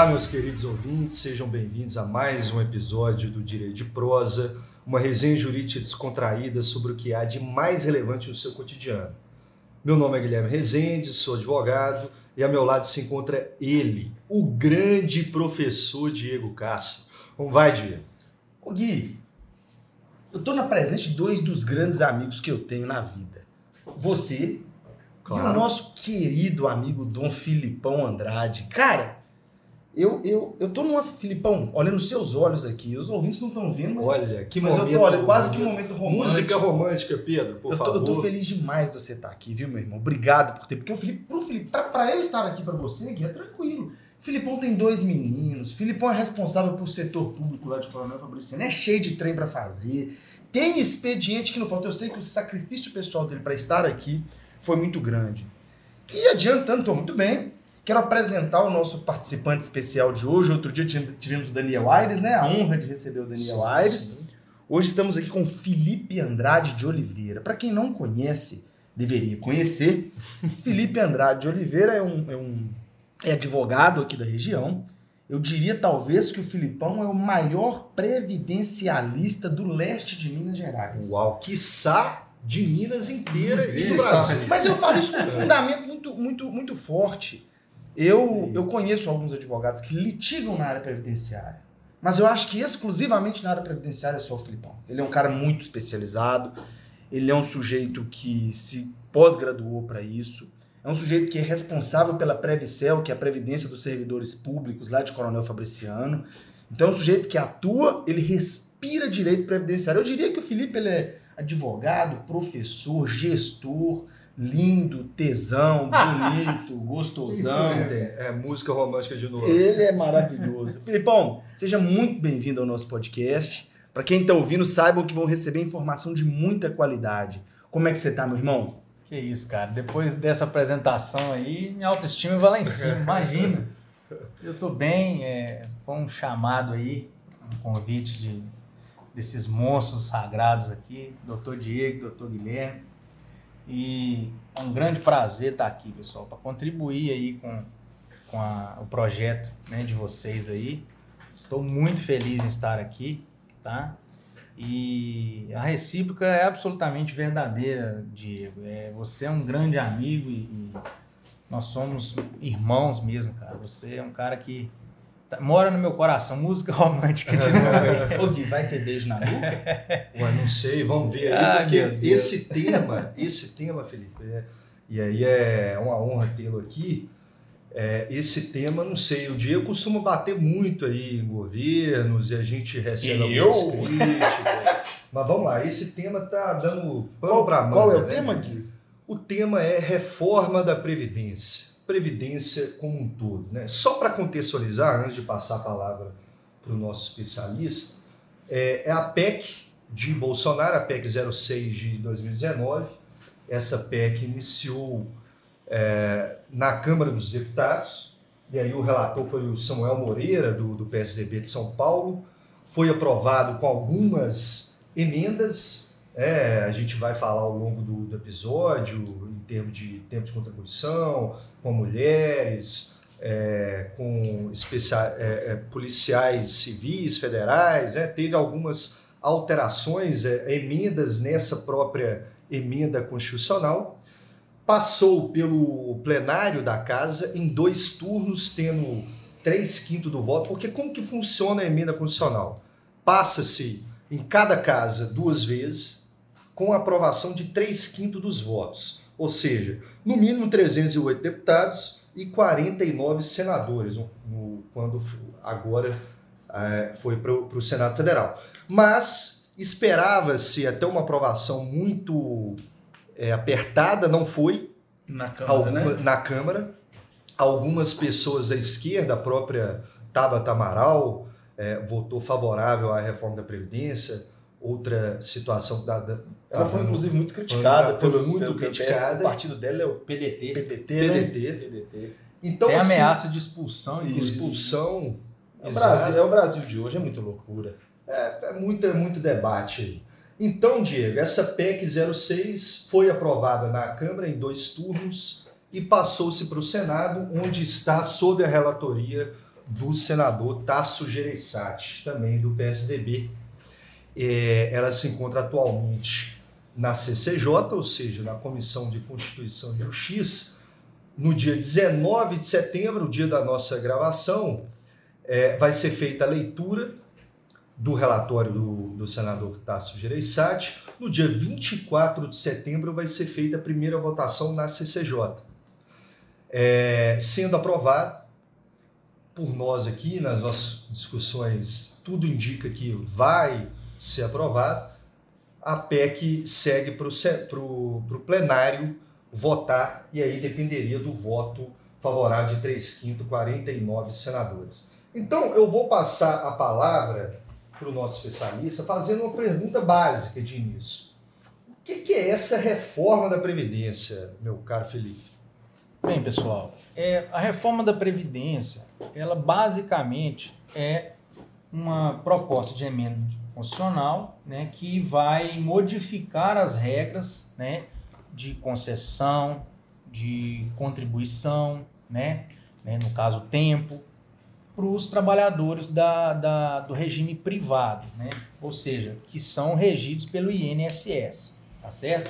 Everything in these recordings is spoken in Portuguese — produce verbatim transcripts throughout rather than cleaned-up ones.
Olá, meus queridos ouvintes, sejam bem-vindos a mais um episódio do Direito de Prosa, uma resenha jurídica descontraída sobre o que há de mais relevante no seu cotidiano. Meu nome é Guilherme Rezende, sou advogado e ao meu lado se encontra ele, o grande professor Diego Castro. Como vai, Diego? Ô Gui, eu tô na presença de dois dos grandes amigos que eu tenho na vida. Você claro. E o nosso querido amigo Dom Filipão Andrade. Cara, eu, eu, eu tô numa... Filipão, olhando nos seus olhos aqui, os ouvintes não estão vendo, mas... Olha, que mas momento... eu tô, olha, quase que um momento romântico. Música romântica, Pedro, por eu tô, favor. Eu tô feliz demais de você estar aqui, viu, meu irmão? Obrigado por ter... Porque o Felipe, pro Felipe, pra, pra eu estar aqui pra você, Gui, é tranquilo. Filipão tem dois meninos, Filipão é responsável por setor público lá de Coronel Fabriciano, é cheio de trem pra fazer, tem expediente que não falta. Eu sei que o sacrifício pessoal dele pra estar aqui foi muito grande. E adiantando, tô muito bem, quero apresentar o nosso participante especial de hoje. Outro dia tivemos o Daniel Aires, né? A honra de receber o Daniel sim, Aires. Sim. Hoje estamos aqui com Felipe Andrade de Oliveira. Para quem não conhece, deveria conhecer. Felipe Andrade de Oliveira é um, é um é advogado aqui da região. Eu diria talvez que o Filipão é o maior previdencialista do leste de Minas Gerais. Uau, quiçá de Minas inteira e do Brasil. Mas eu falo isso com um fundamento muito, muito, muito forte. Eu, eu conheço alguns advogados que litigam na área previdenciária, mas eu acho que exclusivamente na área previdenciária é só o Filipão. Ele é um cara muito especializado, ele é um sujeito que se pós-graduou para isso, é um sujeito que é responsável pela Previcel, que é a Previdência dos Servidores Públicos lá de Coronel Fabriciano. Então é um sujeito que atua, ele respira direito previdenciário. Eu diria que o Felipe ele é advogado, professor, gestor, lindo, tesão, bonito, gostosão. É, é música romântica de novo. Ele é maravilhoso. Filipão, seja muito bem-vindo ao nosso podcast. Para quem está ouvindo, saibam que vão receber informação de muita qualidade. Como é que você tá, meu irmão? Que isso, cara. Depois dessa apresentação aí, minha autoestima vai lá em cima, imagina. Eu tô bem, é, foi um chamado aí, um convite de, desses monstros sagrados aqui, doutor Diego, doutor Guilherme. E é um grande prazer estar aqui, pessoal, para contribuir aí com, com a, o projeto, né, de vocês aí. Estou muito feliz em estar aqui, tá? E a recíproca é absolutamente verdadeira, Diego. É, você é um grande amigo e, e nós somos irmãos mesmo, cara. Você é um cara que tá, mora no meu coração. Música romântica de novo. Ô Gui, vai ter beijo na nuca? Ué, não sei, vamos ver aí, ah, porque esse tema, esse tema, Felipe, é, e aí é uma honra tê-lo aqui. É, esse tema, não sei, o Diego costuma bater muito aí em governos e a gente recebe Eu? algumas críticas. Mas vamos lá, esse tema tá dando pano para manga. Qual é o né? tema, Gui? O tema é reforma da Previdência, Previdência como um todo. Né? Só para contextualizar, antes de passar a palavra para o nosso especialista, é, é a P E C de Bolsonaro, a P E C zero seis de dois mil e dezenove. Essa P E C iniciou É, na Câmara dos Deputados, e aí o relator foi o Samuel Moreira, do, do P S D B de São Paulo, foi aprovado com algumas emendas, é, a gente vai falar ao longo do, do episódio, em termos de tempo de contribuição, com mulheres, é, com especia, é, é, policiais civis, federais, é, teve algumas alterações, é, emendas nessa própria emenda constitucional. Passou pelo plenário da casa em dois turnos, tendo três quintos do voto, porque como que funciona a emenda constitucional? Passa-se em cada casa duas vezes, com a aprovação de três quintos dos votos, ou seja, no mínimo trezentos e oito deputados e quarenta e nove senadores, no, no, quando agora é, foi para o Senado Federal. Mas esperava-se até uma aprovação muito... É, apertada, não foi na Câmara, alguma, né? na Câmara. Algumas pessoas da esquerda, a própria Tabata Amaral, é, votou favorável à reforma da Previdência. Outra situação... Da, da, ela foi, inclusive, muito criticada. Foi pelo, muito pelo criticada. O partido dela é o P D T. P D T, P D T. né? P D T. Então, tem assim, ameaça de expulsão. Expulsão. É o, Brasil, é o Brasil de hoje, é muita loucura. É, é muito, muito debate aí. Então, Diego, essa P E C zero seis foi aprovada na Câmara em dois turnos e passou-se para o Senado, onde está sob a relatoria do senador Tasso Gereissati, também do P S D B. É, ela se encontra atualmente na C C J, ou seja, na Comissão de Constituição e Justiça. No dia dezenove de setembro, o dia da nossa gravação, é, vai ser feita a leitura do relatório do, do senador Tasso Gereissati. No dia vinte e quatro de setembro vai ser feita a primeira votação na C C J. É, sendo aprovado por nós aqui, nas nossas discussões, tudo indica que vai ser aprovado, a P E C segue para o plenário votar, e aí dependeria do voto favorável de três quintos, quarenta e nove senadores. Então, eu vou passar a palavra para o nosso especialista, fazendo uma pergunta básica de início. O que, que é essa reforma da Previdência, meu caro Felipe? Bem, pessoal, é, a reforma da Previdência, ela basicamente é uma proposta de emenda constitucional, né, que vai modificar as regras, né, de concessão, de contribuição, né, né, no caso tempo, para os trabalhadores da, da, do regime privado, né, ou seja, que são regidos pelo I N S S, tá certo?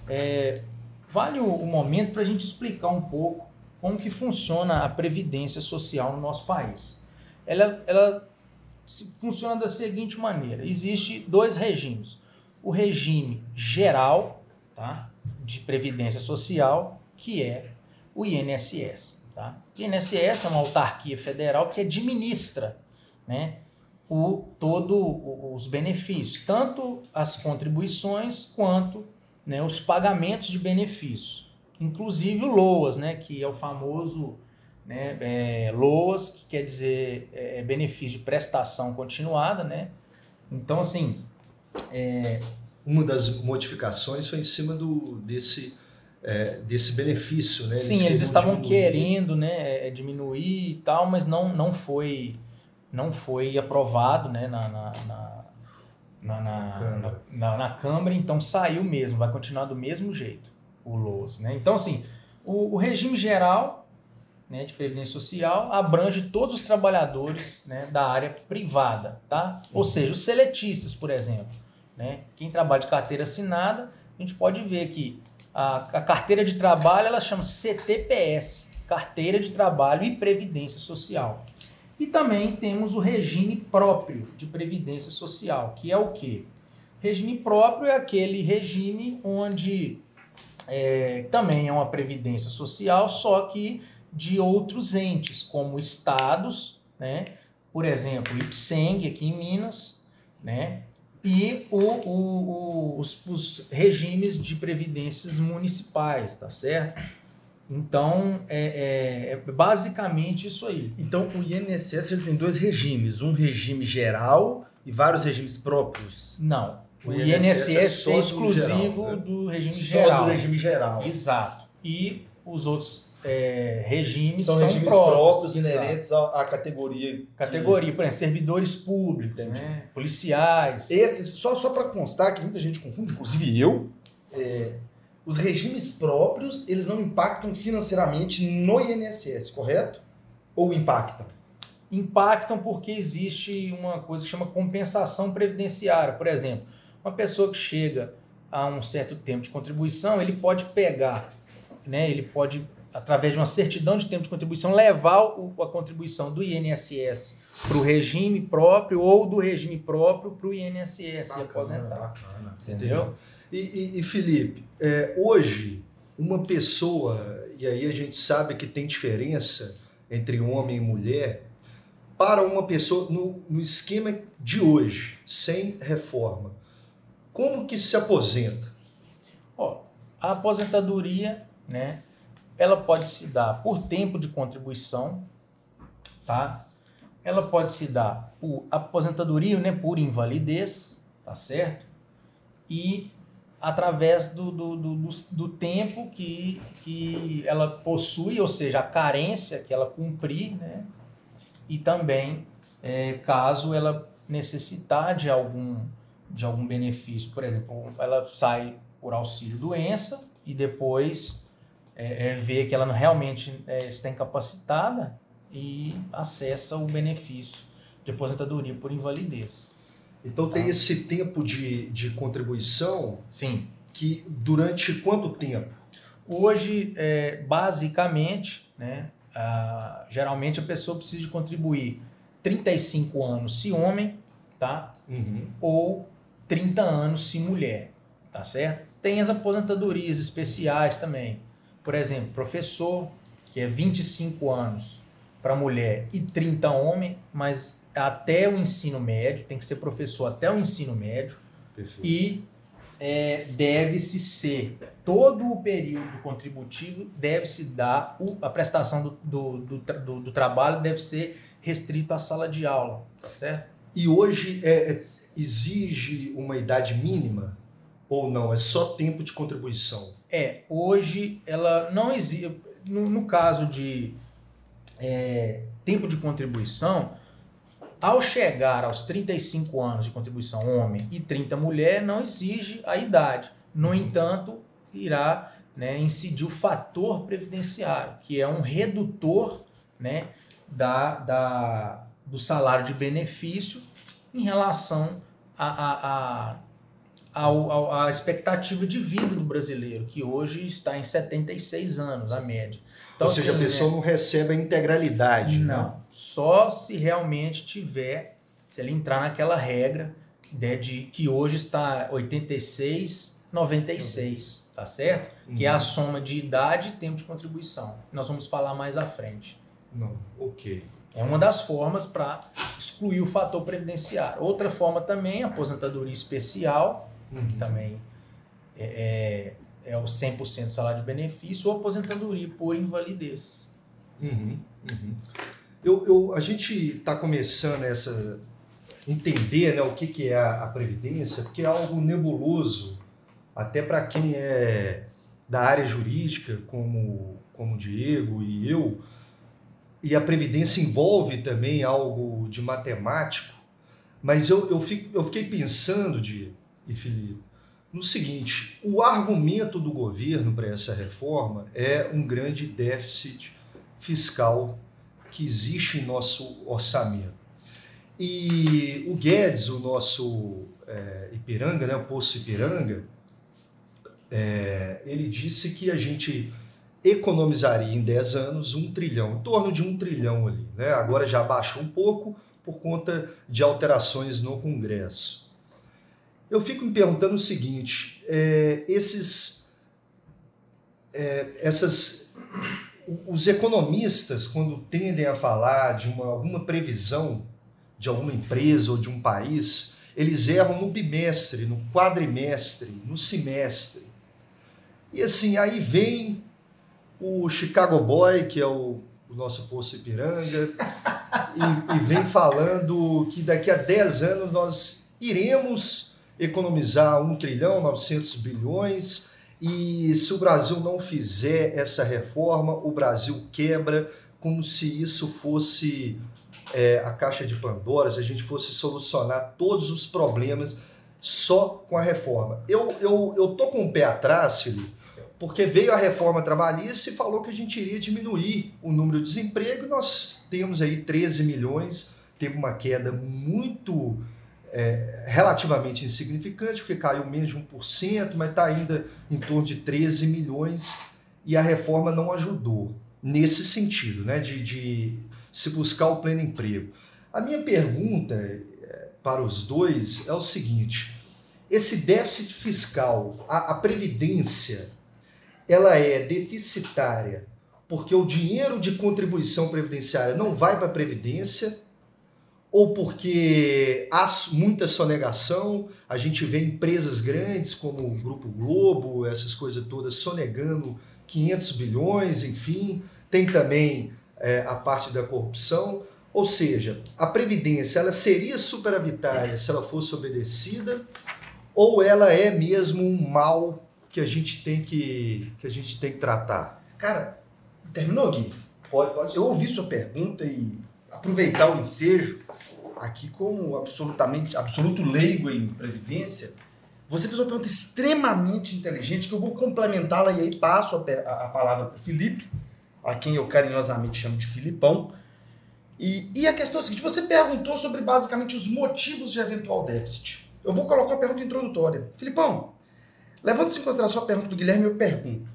É, vale o, o momento para a gente explicar um pouco como que funciona a Previdência Social no nosso país. Ela, ela funciona da seguinte maneira: existe dois regimes. O regime geral, tá, de Previdência Social, que é o I N S S. Tá? O I N S S é uma autarquia federal que administra, né, o, todo os benefícios, tanto as contribuições quanto, né, os pagamentos de benefícios, inclusive o LOAS, né, que é o famoso, né, é, LOAS, que quer dizer é, benefício de prestação continuada, né? Então, assim, é... uma das modificações foi em cima do, desse, é, desse benefício, né? Sim, eles, eles estavam diminuir. querendo, né, diminuir e tal, mas não, não, foi, não foi aprovado, né, na, na, na, na, na, Câmara. na, na Câmara, então saiu mesmo, vai continuar do mesmo jeito o LOAS, né? Então, assim, o, o regime geral, né, de Previdência Social abrange todos os trabalhadores, né, da área privada, tá? Ou seja, os seletistas, por exemplo, né? Quem trabalha de carteira assinada, a gente pode ver que a, a carteira de trabalho ela chama C T P S, Carteira de Trabalho e Previdência Social. E também temos o regime próprio de Previdência Social, que é o quê? Regime próprio é aquele regime onde é, também é uma previdência social, só que de outros entes, como estados, né? Por exemplo, o Ipseng, aqui em Minas, né? E o, o, o, os, os regimes de previdências municipais, tá certo? Então, é, é, é basicamente isso aí. Então, o I N S S ele tem dois regimes, um regime geral e vários regimes próprios? Não, o, o I N S S é, é exclusivo do, geral, né? do regime só geral. Só do regime geral. Exato. E os outros É, regimes são, são regimes próprios, próprios inerentes à, à categoria. Categoria, que... por exemplo, servidores públicos, né? Policiais. Esses, só só para constar que muita gente confunde, inclusive eu, é, os regimes próprios eles não impactam financeiramente no I N S S, correto? Ou impactam? Impactam porque existe uma coisa que chama compensação previdenciária. Por exemplo, uma pessoa que chega a um certo tempo de contribuição, ele pode pegar, né? Ele pode, através de uma certidão de tempo de contribuição, levar o, a contribuição do I N S S para o regime próprio ou do regime próprio para o I N S S bacana, e aposentar. Bacana. Entendeu? E, e, e Felipe, é, hoje, uma pessoa, e aí a gente sabe que tem diferença entre homem e mulher, para uma pessoa, no, no esquema de hoje, sem reforma, como que se aposenta? Ó, a aposentadoria, né? Ela pode se dar por tempo de contribuição, tá? Ela pode se dar por aposentadoria, né, por invalidez, tá certo? E através do, do, do, do, do tempo que, que ela possui, ou seja, a carência que ela cumprir, né? E também, é, caso ela necessitar de algum, de algum benefício, por exemplo, ela sai por auxílio-doença e depois... É, é ver que ela não, realmente é, está incapacitada, e acessa o benefício de aposentadoria por invalidez. Então tem esse tempo de, de contribuição. Sim. Que durante quanto tempo? Hoje, é, basicamente, né, a, geralmente a pessoa precisa de contribuir trinta e cinco anos se homem, tá? Uhum. Ou trinta anos se mulher, tá certo? Tem as aposentadorias especiais também. Por exemplo, professor, que é vinte e cinco anos para mulher e trinta homem, mas até o ensino médio, tem que ser professor até o ensino médio. Perfeito. E é, deve-se ser, todo o período contributivo deve-se dar, o, a prestação do, do, do, do, do trabalho deve ser restrito à sala de aula, tá certo? E hoje é, exige uma idade mínima ou não? É só tempo de contribuição? É, hoje ela não exige, no, no caso de é, tempo de contribuição, ao chegar aos trinta e cinco anos de contribuição homem e trinta mulher, não exige a idade. No entanto, irá, né, incidir o fator previdenciário, que é um redutor, né, da, da, do salário de benefício em relação à a, a, a, a expectativa de vida do brasileiro, que hoje está em setenta e seis anos, a média. Então, ou seja, assim, a pessoa, né, não recebe a integralidade. Não, né? Só se realmente tiver, se ele entrar naquela regra, né, de que hoje está oitenta e seis, noventa e seis, tá certo? Uhum. Que é a soma de idade e tempo de contribuição. Nós vamos falar mais à frente. Não, ok. É uma das formas para excluir o fator previdenciário. Outra forma também, aposentadoria especial, uhum. também é, é, é o cem por cento do salário de benefício, ou aposentadoria por invalidez. Uhum, uhum. Eu, eu, a gente está começando essa entender, né, o que, que é a, a Previdência, porque é algo nebuloso, até para quem é da área jurídica, como, como o Diego e eu, e a Previdência envolve também algo de matemático, mas eu, eu, fico, eu fiquei pensando, Diego e Felipe, no seguinte: o argumento do governo para essa reforma é um grande déficit fiscal que existe em nosso orçamento. E o Guedes, o nosso é, Ipiranga, né, o Poço Ipiranga, é, ele disse que a gente economizaria em dez anos um trilhão, em torno de um trilhão ali, né? Agora já baixou um pouco por conta de alterações no Congresso. Eu fico me perguntando o seguinte: é, esses, é, essas, os economistas, quando tendem a falar de uma, alguma previsão de alguma empresa ou de um país, eles erram no bimestre, no quadrimestre, no semestre. E assim, aí vem o Chicago Boy, que é o, o nosso Poço Ipiranga, e, e vem falando que daqui a dez anos nós iremos economizar um trilhão, novecentos bilhões, e se o Brasil não fizer essa reforma, o Brasil quebra, como se isso fosse é, a caixa de Pandora, se a gente fosse solucionar todos os problemas só com a reforma. Eu, eu, eu tô com o pé atrás, Felipe, porque veio a reforma trabalhista e falou que a gente iria diminuir o número de desemprego, e nós temos aí treze milhões, teve uma queda muito é, relativamente insignificante, porque caiu menos de um por cento, mas está ainda em torno de treze milhões, e a reforma não ajudou nesse sentido, né, de, de se buscar o pleno emprego. A minha pergunta para os dois é o seguinte: esse déficit fiscal, a, a Previdência, ela é deficitária porque o dinheiro de contribuição previdenciária não vai para a Previdência, ou porque há muita sonegação? A gente vê empresas grandes como o Grupo Globo, essas coisas todas, sonegando quinhentos bilhões, enfim. Tem também é, a parte da corrupção. Ou seja, a Previdência, ela seria superavitária se ela fosse obedecida, ou ela é mesmo um mal que a gente tem que, que, a gente tem que tratar? Cara, terminou, Gui? Pode, pode. Eu ouvi sua pergunta e aproveitar o ensejo, aqui como absolutamente, absoluto leigo em Previdência, você fez uma pergunta extremamente inteligente que eu vou complementá-la, e aí passo a, a, a palavra para o Felipe, a quem eu carinhosamente chamo de Filipão, E, e a questão é a seguinte, você perguntou sobre basicamente os motivos de eventual déficit. Eu vou colocar uma pergunta introdutória. Filipão, levando-se em consideração a pergunta do Guilherme, eu pergunto,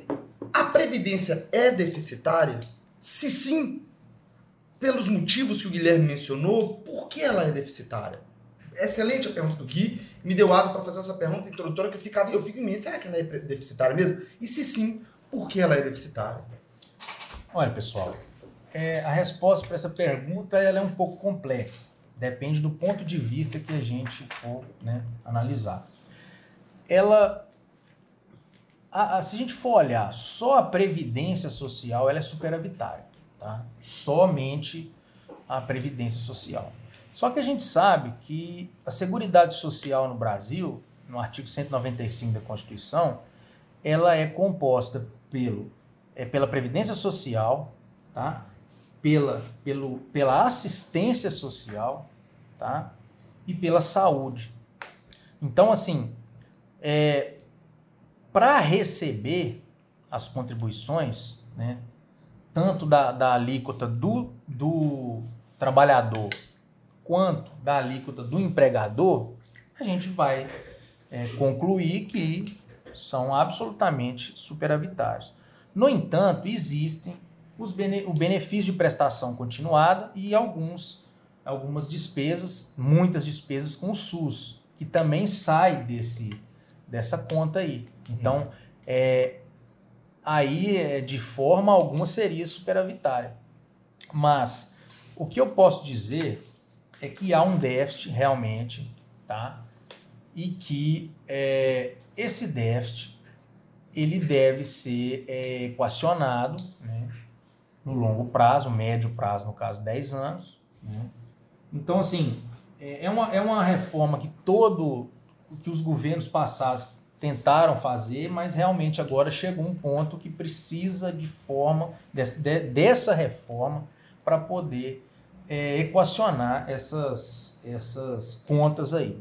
a Previdência é deficitária? Se sim, pelos motivos que o Guilherme mencionou, por que ela é deficitária? Excelente a pergunta do Gui, me deu asa para fazer essa pergunta introdutória que eu, ficava, eu fico em mente, será que ela é deficitária mesmo? E se sim, por que ela é deficitária? Olha, pessoal, é, a resposta para essa pergunta ela é um pouco complexa. Depende do ponto de vista que a gente for, né, analisar. Ela... A, a, se a gente for olhar só a Previdência Social, ela é superavitária, tá? Somente a Previdência Social. Só que a gente sabe que a Seguridade Social no Brasil, no artigo cento e noventa e cinco da Constituição, ela é composta pelo, é, pela Previdência Social, tá? Pela, pelo, pela assistência social, tá? E pela saúde. Então, assim, é... para receber as contribuições, né, tanto da, da alíquota do, do trabalhador quanto da alíquota do empregador, a gente vai é, concluir que são absolutamente superavitários. No entanto, existem os bene, o benefício de prestação continuada e alguns, algumas despesas, muitas despesas com o SUS, que também sai desse... dessa conta aí. Então, é, aí, é, de forma alguma, seria superavitária. Mas, o que eu posso dizer é que há um déficit realmente, tá? E que é, esse déficit, ele deve ser é, equacionado, né, no longo prazo, médio prazo, no caso, dez anos. Né? Então, assim, é uma, é uma reforma que todo... que os governos passados tentaram fazer, mas realmente agora chegou um ponto que precisa de forma de, de, dessa reforma para poder é, equacionar essas, essas contas aí.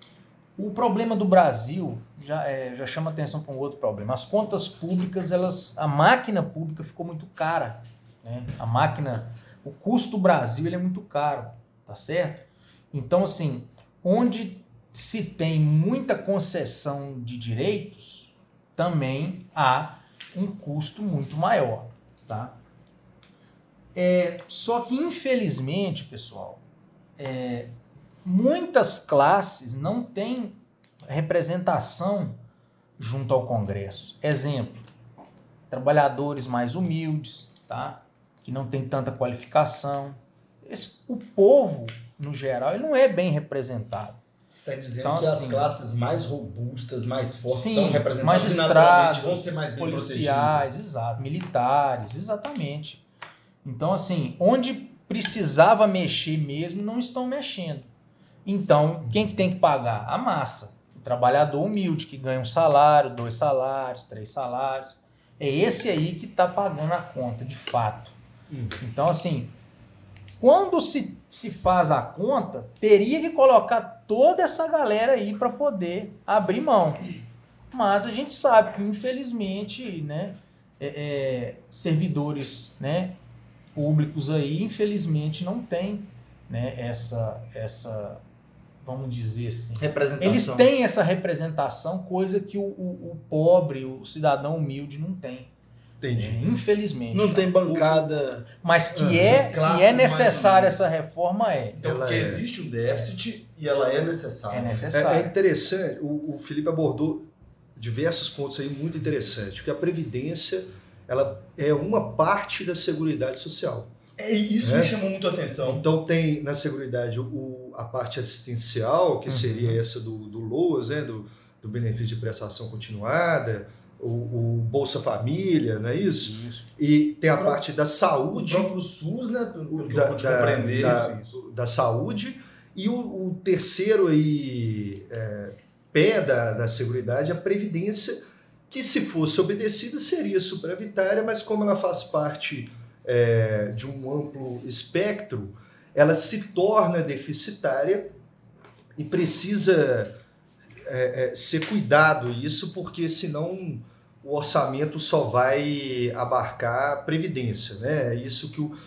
O problema do Brasil já, é, já chama atenção para um outro problema. As contas públicas, elas, a máquina pública ficou muito cara, né? A máquina, o custo do Brasil ele é muito caro, tá certo? Então, assim, onde se tem muita concessão de direitos, também há um custo muito maior, tá? É, só que, infelizmente, pessoal, é, muitas classes não têm representação junto ao Congresso. Exemplo, trabalhadores mais humildes, tá? Que não tem tanta qualificação. Esse, o povo, no geral, ele não é bem representado. Você está dizendo Então, que assim, as classes mais robustas, mais fortes, sim, são representadas magistrados, e vão ser mais bem policiais, protegidas. Exato, militares, exatamente. Então, assim, onde precisava mexer mesmo, não estão mexendo. Então, quem que tem que pagar? A massa. O trabalhador humilde, que ganha um salário, dois salários, três salários. É esse aí que está pagando a conta, de fato. Hum. Então, assim, quando se, se faz a conta, teria que colocar toda essa galera aí para poder abrir mão. Mas a gente sabe que, infelizmente, né, é, é, servidores, né, públicos aí, infelizmente, não tem, né, essa, essa, vamos dizer assim... representação. Eles têm essa representação, coisa que o, o, o pobre, o cidadão humilde não tem. Entendi. É, infelizmente. Não cara. tem bancada... Mas que, Ah, é, que é necessária mais... essa reforma, é. Então, porque é... existe um déficit e ela é necessária. É necessária. É, é interessante, o, o Felipe abordou diversos pontos aí muito interessantes, porque a Previdência ela é uma parte da Seguridade Social. É, isso né? me chamou muito a atenção. Então tem na Seguridade o, a parte assistencial, que uhum. seria essa do, do LOAS, né? do, do benefício de prestação continuada, o, o Bolsa Família, não é isso? isso. E tem a o parte da saúde. O próprio SUS, né? Pelo que da, eu pude da, compreender. Da, da saúde. E o, o terceiro aí, é, pé da, da Seguridade, a Previdência, que se fosse obedecida seria superavitária, mas como ela faz parte é, de um amplo espectro, ela se torna deficitária e precisa é, é, ser cuidado isso, porque senão o orçamento só vai abarcar a Previdência, né? É isso que o,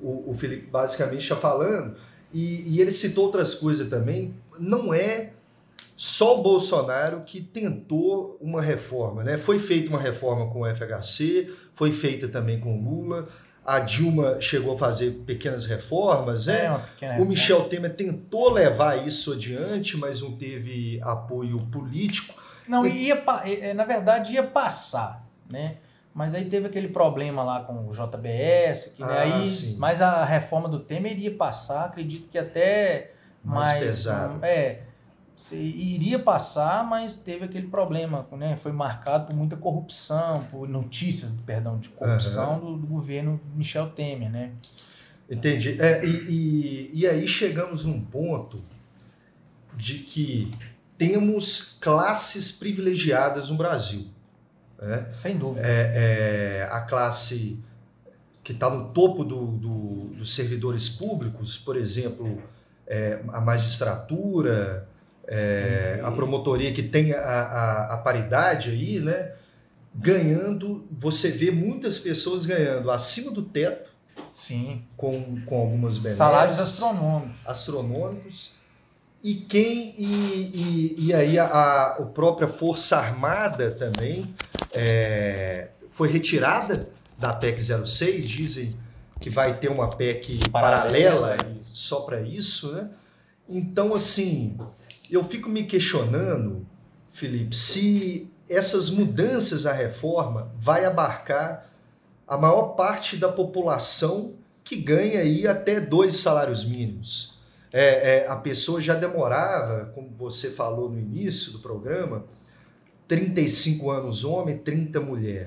o, o Felipe basicamente está falando, e, e ele citou outras coisas também. Não é só o Bolsonaro que tentou uma reforma, né? Foi feita uma reforma com o F H C, foi feita também com o Lula, a Dilma chegou a fazer pequenas reformas, né? É, uma pequena O reforma. Michel Temer tentou levar isso adiante, mas não teve apoio político. Não, ia, pa- eh, na verdade ia passar, né? Mas aí teve aquele problema lá com o J B S, que né, Ah, aí, sim. mas a reforma do Temer iria passar, acredito que até Mais mais, pesado. um, é, se- iria passar, mas teve aquele problema, né? Foi marcado por muita corrupção, por notícias, perdão, de corrupção do, do governo Michel Temer, né? Entendi. É, e, e, e aí chegamos num ponto de que temos classes privilegiadas no Brasil. Né? Sem dúvida. É, é, a classe que está no topo do, do- dos servidores públicos, por exemplo, é, a magistratura, é, a promotoria que tem a, a, a paridade aí, né? Ganhando, você vê muitas pessoas ganhando acima do teto, Sim. com, com algumas benesses. Salários astronômicos. astronômicos. E quem e, e, e aí a, a, a própria Força Armada também é, foi retirada da P E C zero seis, dizem que vai ter uma P E C paralela, Paralela, isso. só para isso, né? Então, assim, eu fico me questionando, Felipe, se essas mudanças à reforma vai abarcar a maior parte da população que ganha aí até dois salários mínimos. É, é, a pessoa já demorava, como você falou no início do programa, trinta e cinco anos homem, trinta mulher.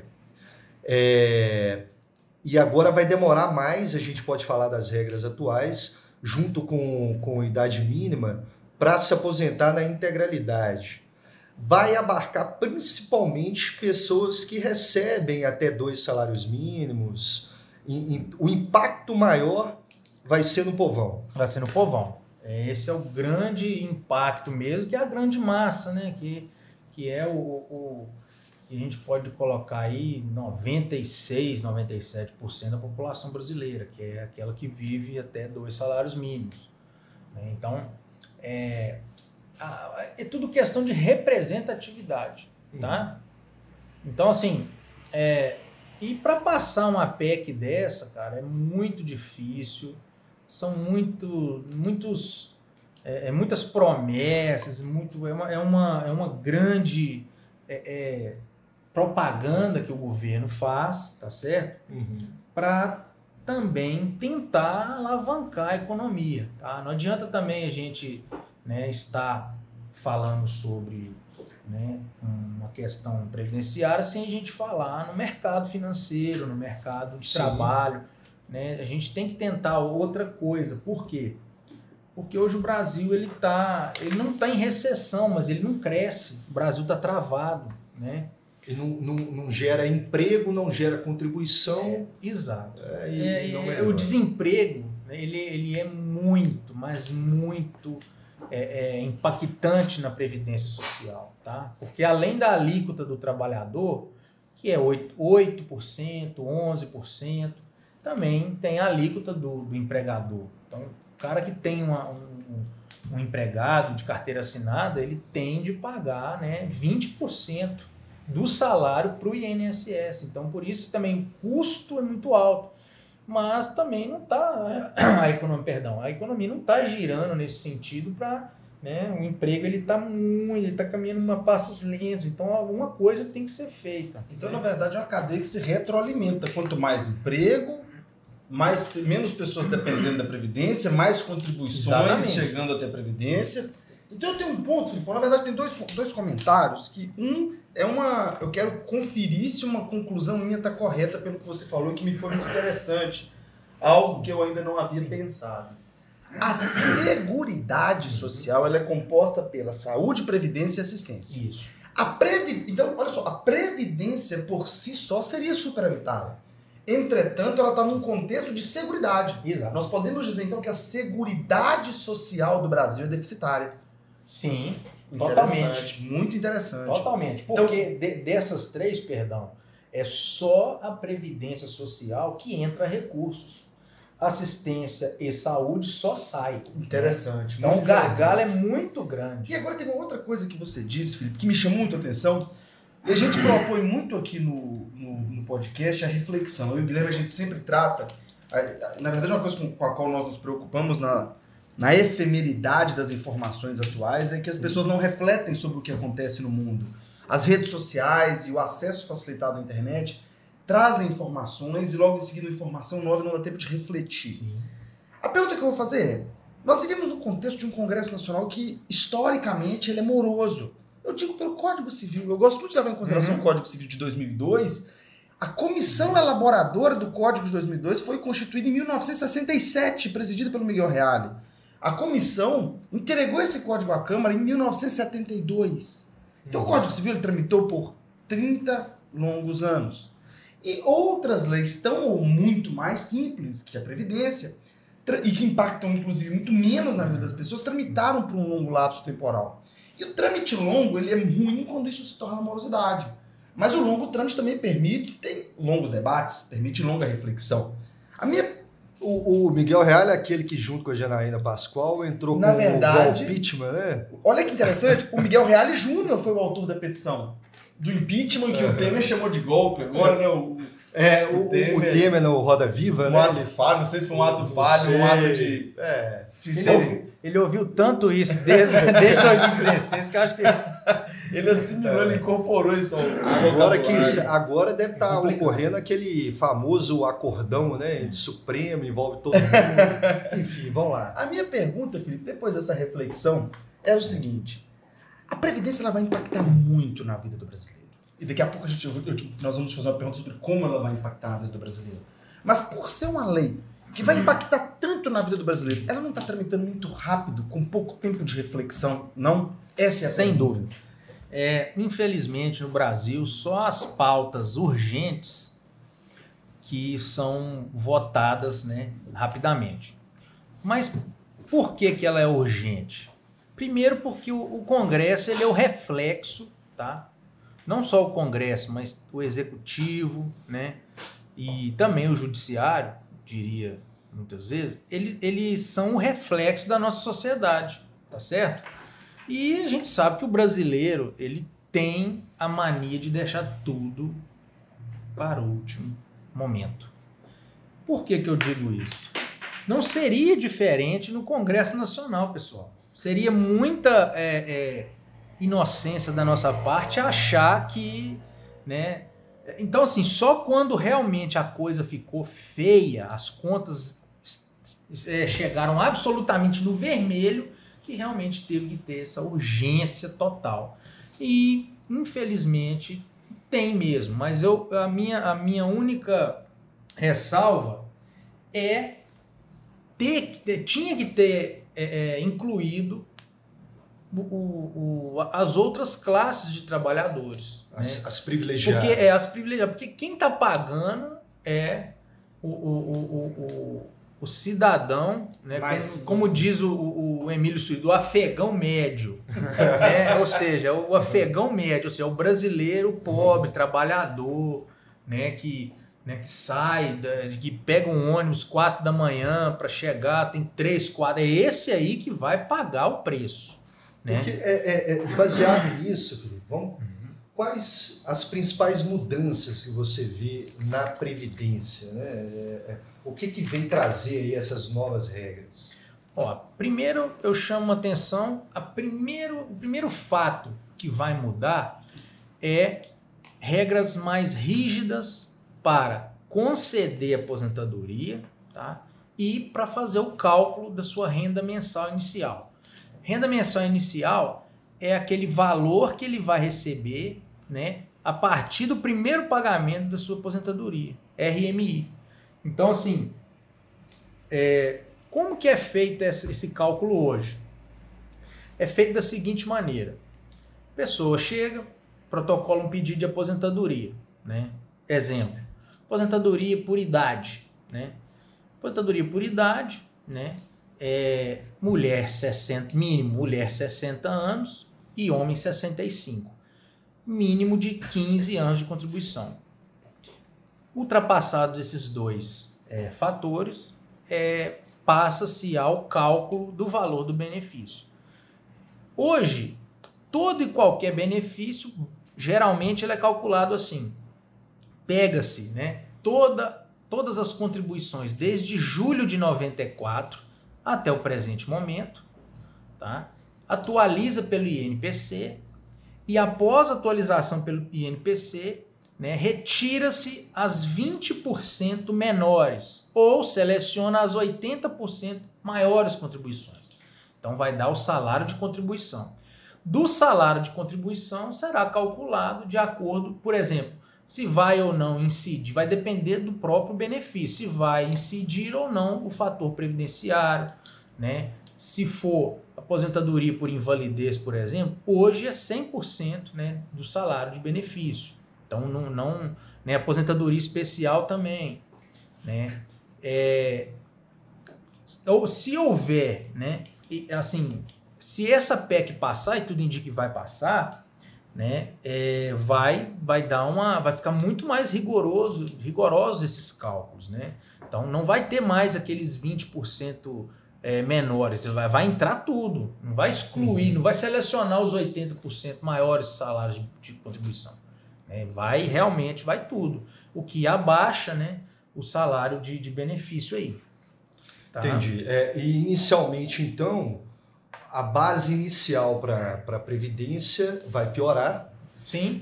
É, e agora vai demorar mais, a gente pode falar das regras atuais, junto com, com a idade mínima, para se aposentar na integralidade. Vai abarcar principalmente pessoas que recebem até dois salários mínimos. E, e, o impacto maior vai ser no povão. Vai ser no povão. Esse é o grande impacto mesmo, que é a grande massa, né? Que, que é o, o que a gente pode colocar aí noventa e seis, noventa e sete por cento da população brasileira, que é aquela que vive até dois salários mínimos. Né? Então, é, a- é tudo questão de representatividade, tá? Então, assim, é, e para passar uma P E C dessa, cara, é muito difícil. São muito, muitos, é, é, muitas promessas, muito, é, uma, é, uma, é uma grande é, é, propaganda que o governo faz, tá certo? Uhum. Para também tentar alavancar a economia. Tá? Não adianta também a gente, né, estar falando sobre, né, uma questão previdenciária sem a gente falar no mercado financeiro, no mercado de Sim. trabalho. Né? A gente tem que tentar outra coisa. Por quê? Porque hoje o Brasil ele tá, ele não está em recessão, mas ele não cresce. O Brasil está travado. Né? E não, não, não gera emprego, não gera contribuição. Exato. É, e É, não é, melhora. o desemprego, né, ele, ele é muito, mas muito é, é, impactante na Previdência Social. Tá? Porque além da alíquota do trabalhador, que é oito por cento, onze por cento, também tem a alíquota do, do empregador. Então, o cara que tem uma, um, um empregado de carteira assinada, ele tem de pagar, né, vinte por cento do salário para o I N S S. Então, por isso também o custo é muito alto. Mas também não está, a economia, perdão, a economia não está girando nesse sentido para, né, o emprego ele está muito, ele está caminhando a passos lentos. Então, alguma coisa tem que ser feita. Então, na verdade, é uma cadeia que se retroalimenta. Quanto mais emprego, mais, menos pessoas dependendo da Previdência, mais contribuições Exatamente. chegando até a Previdência. Então eu tenho um ponto, Filipe. Na verdade, tem dois, dois comentários que um é uma... Eu quero conferir se uma conclusão minha está correta pelo que você falou, que me foi muito interessante. Algo que eu ainda não havia pensado. A Seguridade Social ela é composta pela saúde, previdência e assistência. Isso. A previ... Então, olha só, a Previdência por si só seria superavitável. Entretanto, ela está num contexto de seguridade. Exato. Nós podemos dizer, então, que a Seguridade Social do Brasil é deficitária. Sim, Interessante, totalmente. muito interessante. Totalmente. Porque de- dessas três, perdão, é só a Previdência Social que entra recursos. assistência e saúde só sai. Interessante. Então o gargalo é muito grande. E agora teve uma outra coisa que você disse, Felipe, que me chamou muito a atenção. E a gente propõe muito aqui no, no, no podcast a reflexão. Eu e o Guilherme, a gente sempre trata... Na verdade, uma coisa com, com a qual nós nos preocupamos na, na efemeridade das informações atuais é que as pessoas não refletem sobre o que acontece no mundo. As redes sociais e o acesso facilitado à internet trazem informações e logo em seguida informação nova não dá tempo de refletir. Sim. A pergunta que eu vou fazer é, nós vivemos no contexto de um Congresso Nacional que, historicamente, ele é moroso. Eu digo pelo Código Civil. Eu gosto muito de levar em consideração uhum. o Código Civil de dois mil e dois. A comissão elaboradora do Código de dois mil e dois foi constituída em mil novecentos e sessenta e sete, presidida pelo Miguel Reale. A comissão entregou esse código à Câmara em mil novecentos e setenta e dois. Então uhum. o Código Civil ele tramitou por trinta longos anos. E outras leis tão ou muito mais simples que a Previdência, e que impactam, inclusive, muito menos na vida das pessoas, tramitaram por um longo lapso temporal. E o trâmite longo ele é ruim quando isso se torna morosidade. Mas o longo trâmite também permite, tem longos debates, permite longa reflexão. A minha... O, o Miguel Reale é aquele que, junto com a Janaína Pascoal, entrou na com verdade, o impeachment, né? Olha que interessante, o Miguel Reale Júnior foi o autor da petição do impeachment, que uhum. o Temer chamou de golpe agora, né? O, é, o, o, Temer, o Temer no Roda Viva, um né? Um ato falho, não sei se foi um ato falho, um ato de... É, ele, ouviu, ele ouviu tanto isso desde, desde dois mil e dezesseis que eu acho que... Ele assimilou, ele incorporou isso. Agora, que, agora deve estar é ocorrendo aquele famoso acordão, né? De Supremo, envolve todo mundo. Enfim, vamos lá. A minha pergunta, Felipe, depois dessa reflexão, é o seguinte. A Previdência ela vai impactar muito na vida do brasileiro. E daqui a pouco a gente, eu, eu, nós vamos fazer uma pergunta sobre como ela vai impactar na vida do brasileiro. Mas por ser uma lei que vai impactar tanto na vida do brasileiro, ela não está tramitando muito rápido, com pouco tempo de reflexão, não? Essa é a Sem pergunta. dúvida. É, infelizmente, no Brasil, só as pautas urgentes que são votadas, né, rapidamente. Mas por que que ela é urgente? Primeiro porque o, o Congresso ele é o reflexo, tá? Não só o Congresso, mas o Executivo, né, e também o Judiciário, diria muitas vezes, eles, eles são o reflexo da nossa sociedade, tá certo? E a gente sabe que o brasileiro ele tem a mania de deixar tudo para o último momento. Por que que eu digo isso? Não seria diferente no Congresso Nacional, pessoal. Seria muita é, é, inocência da nossa parte achar que... né? Então, assim, só quando realmente a coisa ficou feia, as contas é, chegaram absolutamente no vermelho, que realmente teve que ter essa urgência total. E, infelizmente, tem mesmo. Mas eu, a, minha, a minha única ressalva é ter que ter, tinha que ter é, é, incluído o, o, o, as outras classes de trabalhadores. As, né? as privilegiadas. Porque, é, as privilegiadas. Porque quem está pagando é o, o, o, o, o cidadão, né? Mas, como, como diz o, o Emílio Suído, o afegão médio. né? Ou seja, o afegão médio, ou seja, o brasileiro pobre, trabalhador, né? que, né? que sai, que pega um ônibus quatro da manhã para chegar, tem três, quatro. É esse aí que vai pagar o preço. Né? Porque é, é, é baseado nisso, Felipe, vamos... Quais as principais mudanças que você vê na Previdência? Né? É, é, o que, que vem trazer aí essas novas regras? Ó, primeiro eu chamo a atenção, a primeiro, o primeiro fato que vai mudar é regras mais rígidas para conceder aposentadoria, tá? E para fazer o cálculo da sua renda mensal inicial. Renda mensal inicial é aquele valor que ele vai receber, né, a partir do primeiro pagamento da sua aposentadoria, R M I. Então, assim, é, como que é feito esse, esse cálculo hoje? É feito da seguinte maneira. A pessoa chega, protocola um pedido de aposentadoria. Né? Exemplo, aposentadoria por idade. Né? Aposentadoria por idade, né? É, mulher sessenta, mínimo mulher sessenta anos e homem sessenta e cinco. Mínimo de quinze anos de contribuição. Ultrapassados esses dois é, fatores, é, passa-se ao cálculo do valor do benefício. Hoje, todo e qualquer benefício, geralmente ele é calculado assim. Pega-se, né, toda, todas as contribuições desde julho de noventa e quatro até o presente momento, tá? Atualiza pelo I N P C e após atualização pelo I N P C, né, retira-se as vinte por cento menores ou seleciona as oitenta por cento maiores contribuições. Então vai dar o salário de contribuição. Do salário de contribuição será calculado de acordo, por exemplo, se vai ou não incidir, vai depender do próprio benefício, se vai incidir ou não o fator previdenciário, né? Se for aposentadoria por invalidez, por exemplo, hoje é cem por cento, né, do salário de benefício. Então, não, não, né, aposentadoria especial também, né? É, ou se houver, né, assim, se essa P E C passar, e tudo indica que vai passar, né, é, vai, vai dar uma, vai ficar muito mais rigoroso, rigorosos esses cálculos, né? Então, não vai ter mais aqueles vinte por cento é, menores, vai, vai entrar tudo, não vai excluir, uhum. não vai selecionar os oitenta por cento maiores salários de, de contribuição. É, vai realmente, vai tudo. O que abaixa, né, o salário de, de benefício aí. Tá? Entendi. É, e inicialmente, então, a base inicial para a Previdência vai piorar. Sim.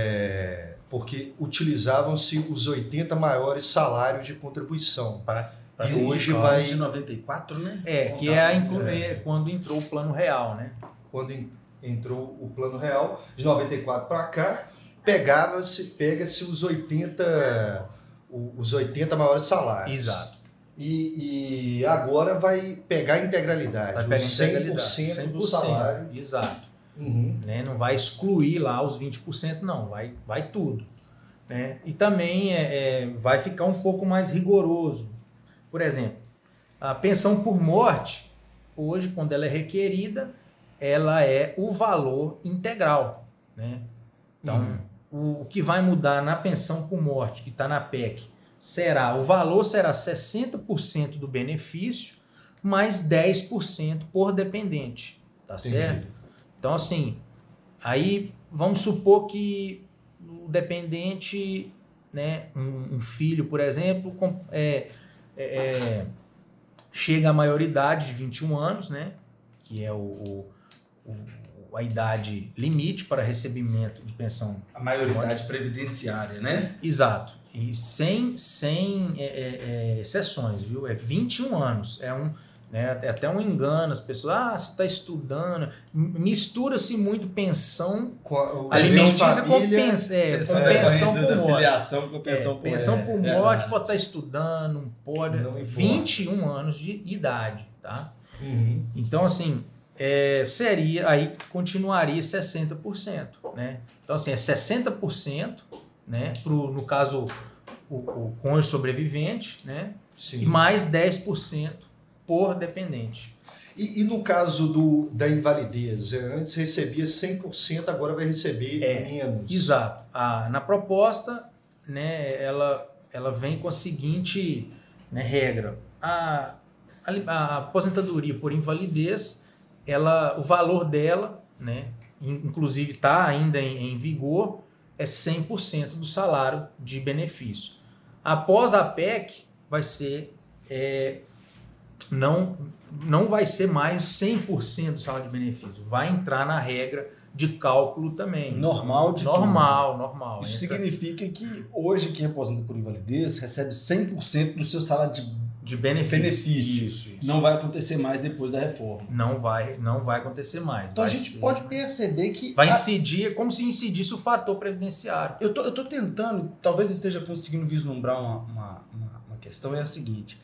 É, porque utilizavam-se os oitenta maiores salários de contribuição. Pra, pra e hoje vai... de noventa e quatro, né? É, que é, a inclu... é quando entrou o Plano Real, né? Quando entrou o Plano Real, de noventa e quatro para cá, pegava-se, pega-se os oitenta, os oitenta maiores salários. Exato. E, e agora vai pegar a integralidade, vai pegar os cem por cento, cem por cento do salário. Exato. Uhum. Né? Não vai excluir lá os vinte por cento, não, vai, vai tudo. Né? E também é, é, vai ficar um pouco mais rigoroso. Por exemplo, a pensão por morte, hoje, quando ela é requerida, ela é o valor integral. Né? Então, uhum. o, o que vai mudar na pensão por morte, que está na P E C, será, o valor será sessenta por cento do benefício, mais dez por cento por dependente. Tá Entendi. Certo? Então, assim, aí vamos supor que o dependente, né, um, um filho, por exemplo, com, é, é, chega à maioridade de vinte e um anos, né, que é o, o, o, a idade limite para recebimento de pensão. A maioridade previdenciária, né? Exato. E sem, sem é, é, exceções, viu? É vinte e um anos. É um... Né? É até um engano, as pessoas, ah, você está estudando, mistura-se muito pensão com alimentícia com, pens, é, com é, pensão por morte. Filiação com pensão é, por, pensão por é, morte, é, pode estar tá estudando, não pode. Não vinte e um anos de idade, tá? Uhum. Então, assim, é, seria, aí continuaria sessenta por cento, né? Então, assim, é sessenta por cento, né? Pro, no caso, o, o cônjuge sobrevivente, né? Sim. E mais dez por cento por dependente. E, e no caso do, da invalidez, antes recebia cem por cento, agora vai receber é, menos. Exato. A, na proposta, né, ela, ela vem com a seguinte, né, regra. A, a, a aposentadoria por invalidez, ela, o valor dela, né, inclusive está ainda em, em vigor, é cem por cento do salário de benefício. Após a P E C, vai ser... É, Não, não vai ser mais cem por cento do salário de benefício. Vai entrar na regra de cálculo também. Normal de Normal, tudo. normal. Isso Entra... significa que hoje quem aposenta por invalidez recebe cem por cento do seu salário de, de benefício. benefício. Isso, isso. Não vai acontecer mais depois da reforma. Não vai, não vai acontecer mais. Então vai a gente ser... pode perceber que... Vai a... incidir, como se incidisse o fator previdenciário. Eu tô, eu tô tentando, talvez esteja conseguindo vislumbrar uma, uma, uma, uma questão, é a seguinte...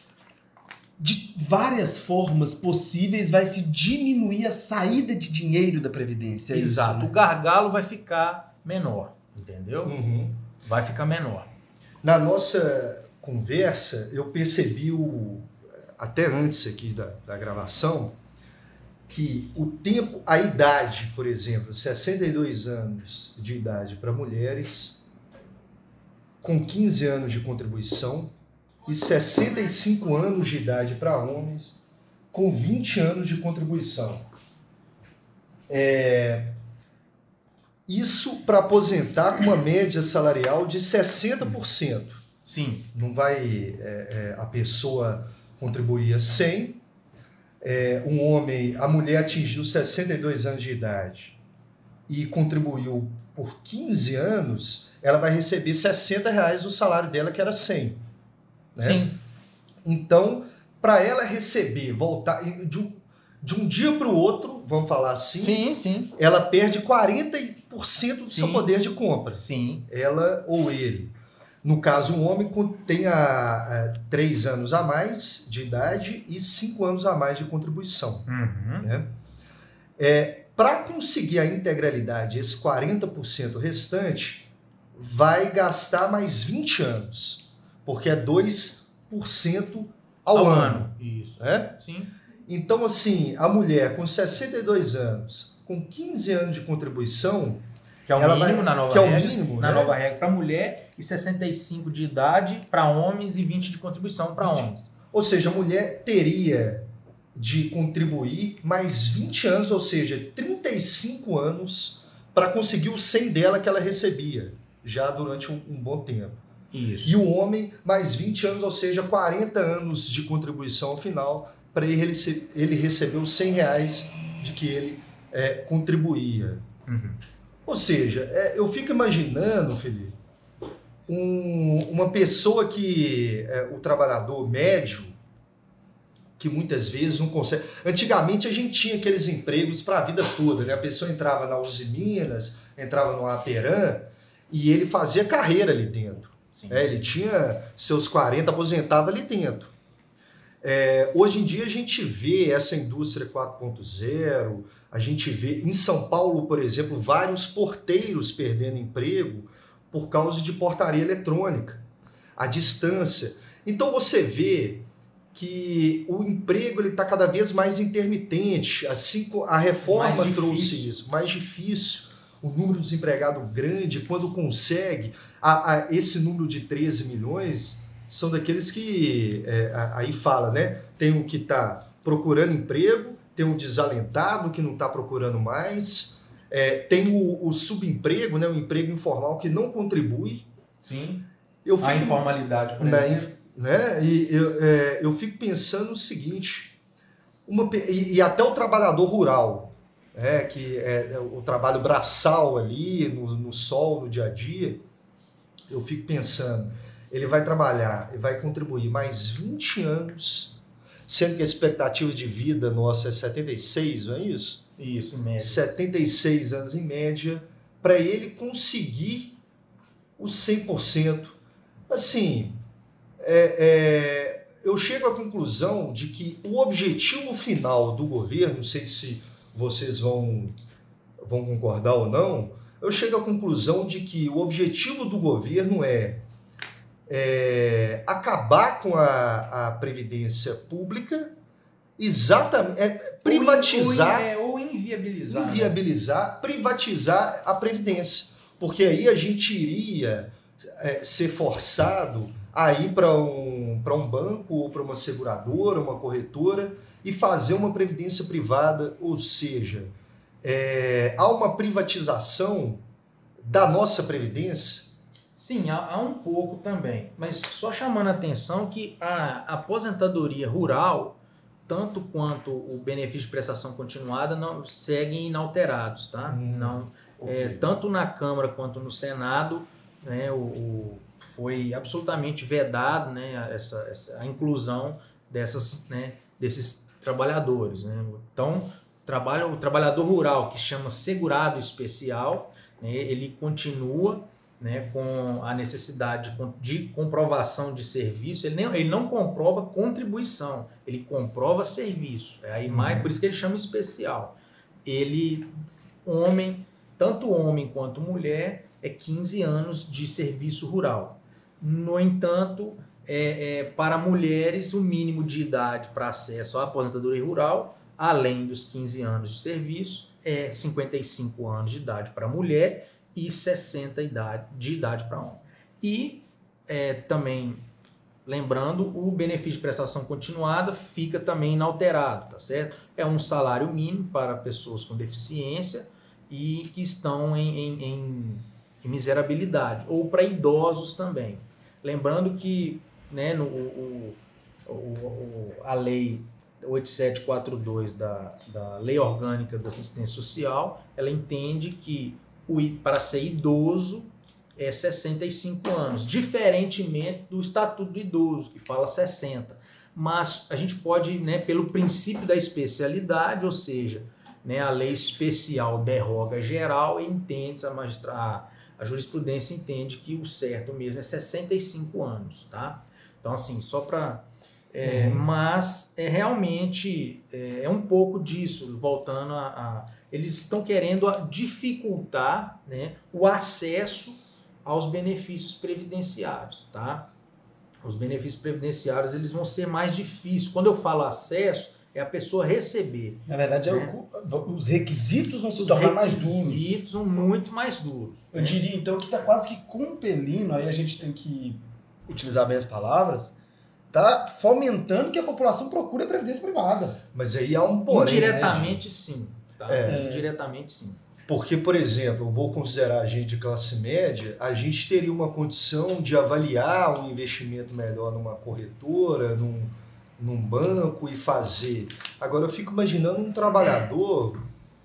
De várias formas possíveis vai se diminuir a saída de dinheiro da Previdência. É Exato. Isso, né? O gargalo vai ficar menor, entendeu? Uhum. Vai ficar menor. Na nossa conversa, eu percebi, o, até antes aqui da, da gravação, que o tempo, a idade, por exemplo, sessenta e dois anos de idade para mulheres, com quinze anos de contribuição, e sessenta e cinco anos de idade para homens, com vinte anos de contribuição. É, isso para aposentar com uma média salarial de sessenta por cento. Sim. Não vai é, é, a pessoa contribuir cem, é, um homem, a mulher atingiu sessenta e dois anos de idade e contribuiu por quinze anos, ela vai receber sessenta reais o salário dela, que era cem. Né? Sim. Então, para ela receber, voltar de um, de um dia para o outro, vamos falar assim, sim, sim. ela perde quarenta por cento do sim. seu poder de compra. Sim. Ela ou ele. No caso, um homem tem a, a, três anos a mais de idade e cinco anos a mais de contribuição. Uhum. Né? É, para conseguir a integralidade, esse quarenta por cento restante, vai gastar mais vinte anos, porque é dois por cento ao, ao ano. ano. Isso. Né? Sim. Então, assim, a mulher com sessenta e dois anos, com quinze anos de contribuição... Que é o mínimo vai, na nova que é o regra, mínimo, na né? nova regra para mulher, e sessenta e cinco de idade para homens e vinte de contribuição para homens. Ou seja, a mulher teria de contribuir mais vinte anos, ou seja, trinta e cinco anos para conseguir o cem dela que ela recebia já durante um, um bom tempo. Isso. E o homem mais vinte anos, ou seja, quarenta anos de contribuição ao final para ele, ele receber os cem reais de que ele é, contribuía. Uhum. Ou seja, é, eu fico imaginando, Felipe, um, uma pessoa que, é, o trabalhador médio, que muitas vezes não consegue... Antigamente a gente tinha aqueles empregos para a vida toda, né? A pessoa entrava na Uzi Minas, entrava no Aperam e ele fazia carreira ali dentro. É, ele tinha seus quarenta, aposentava ali dentro. É, hoje em dia a gente vê essa indústria quatro ponto zero, a gente vê em São Paulo, por exemplo, vários porteiros perdendo emprego por causa de portaria eletrônica, a distância. Então você vê que o emprego está cada vez mais intermitente, assim a reforma trouxe isso, mais difícil, o número de desempregado grande, quando consegue, a, a, esse número de treze milhões são daqueles que, é, aí fala, né? Tem o que está procurando emprego, tem o desalentado que não está procurando mais, é, tem o, o subemprego, né? O emprego informal que não contribui. Sim, eu fico, a informalidade, por na, exemplo. Né? E eu, é, eu fico pensando o seguinte, uma, e, e até o trabalhador rural, é, que é, é o trabalho braçal ali, no, no sol, no dia a dia, eu fico pensando, ele vai trabalhar e vai contribuir mais vinte anos, sendo que a expectativa de vida nossa é setenta e seis, não é isso? Isso, em média. setenta e seis anos em média, para ele conseguir os cem por cento. Assim, é, é, eu chego à conclusão de que o objetivo final do governo, não sei se vocês vão, vão concordar ou não, eu chego à conclusão de que o objetivo do governo é É, acabar com a, a previdência pública, exatamente, é, privatizar, ou, in, ou, in, é, ou inviabilizar, inviabilizar né? privatizar a previdência, porque aí a gente iria é, ser forçado a ir para um, para um banco ou para uma seguradora, uma corretora e fazer uma previdência privada, ou seja, é, há uma privatização da nossa previdência. Sim, há, há um pouco também, mas só chamando a atenção que a aposentadoria rural, tanto quanto o benefício de prestação continuada, não, seguem inalterados, tá? Hum, não, okay. é, tanto na Câmara quanto no Senado, né, o, o, foi absolutamente vedado, né, essa, essa, a inclusão dessas, né, desses trabalhadores. Né? Então, trabalha, o trabalhador rural, que chama segurado especial, né, ele continua, né, com a necessidade de comprovação de serviço. Ele, nem, ele não comprova contribuição, ele comprova serviço. É aí mais, uhum. Por isso que ele chama especial. Ele, homem, tanto homem quanto mulher, é quinze anos de serviço rural. No entanto, é, é, para mulheres, o mínimo de idade para acesso à aposentadoria rural, além dos quinze anos de serviço, é cinquenta e cinco anos de idade para mulher e sessenta de idade para homem. E é, também lembrando, o benefício de prestação continuada fica também inalterado, tá certo? É um salário mínimo para pessoas com deficiência e que estão em, em, em, em miserabilidade, ou para idosos também. Lembrando que, né, no, o, o, o, a lei oito sete quatro dois da, da Lei Orgânica da Assistência Social, ela entende que o, para ser idoso é sessenta e cinco anos, diferentemente do Estatuto do Idoso, que fala sessenta. Mas a gente pode, né, pelo princípio da especialidade, ou seja, né, a lei especial derroga geral e entende, a, magistra, a, a jurisprudência entende que o certo mesmo é sessenta e cinco anos, tá? Então, assim, só para... É, uhum. Mas é realmente é, é um pouco disso, voltando a... a eles estão querendo dificultar, né, o acesso aos benefícios previdenciários, tá? Os benefícios previdenciários, eles vão ser mais difíceis. Quando eu falo acesso, é a pessoa receber. Na verdade, né? é o, os requisitos vão se tornar mais duros. Os requisitos são muito mais duros. Eu né? diria, então, que está quase que compelindo, aí a gente tem que utilizar bem as palavras, está fomentando que a população procure a previdência privada. Mas aí há um porém, Indiretamente, né, sim. Tá? É. Indiretamente, sim. Porque, por exemplo, eu vou considerar a gente de classe média, a gente teria uma condição de avaliar um investimento melhor numa corretora, num, num banco e fazer. Agora, eu fico imaginando um trabalhador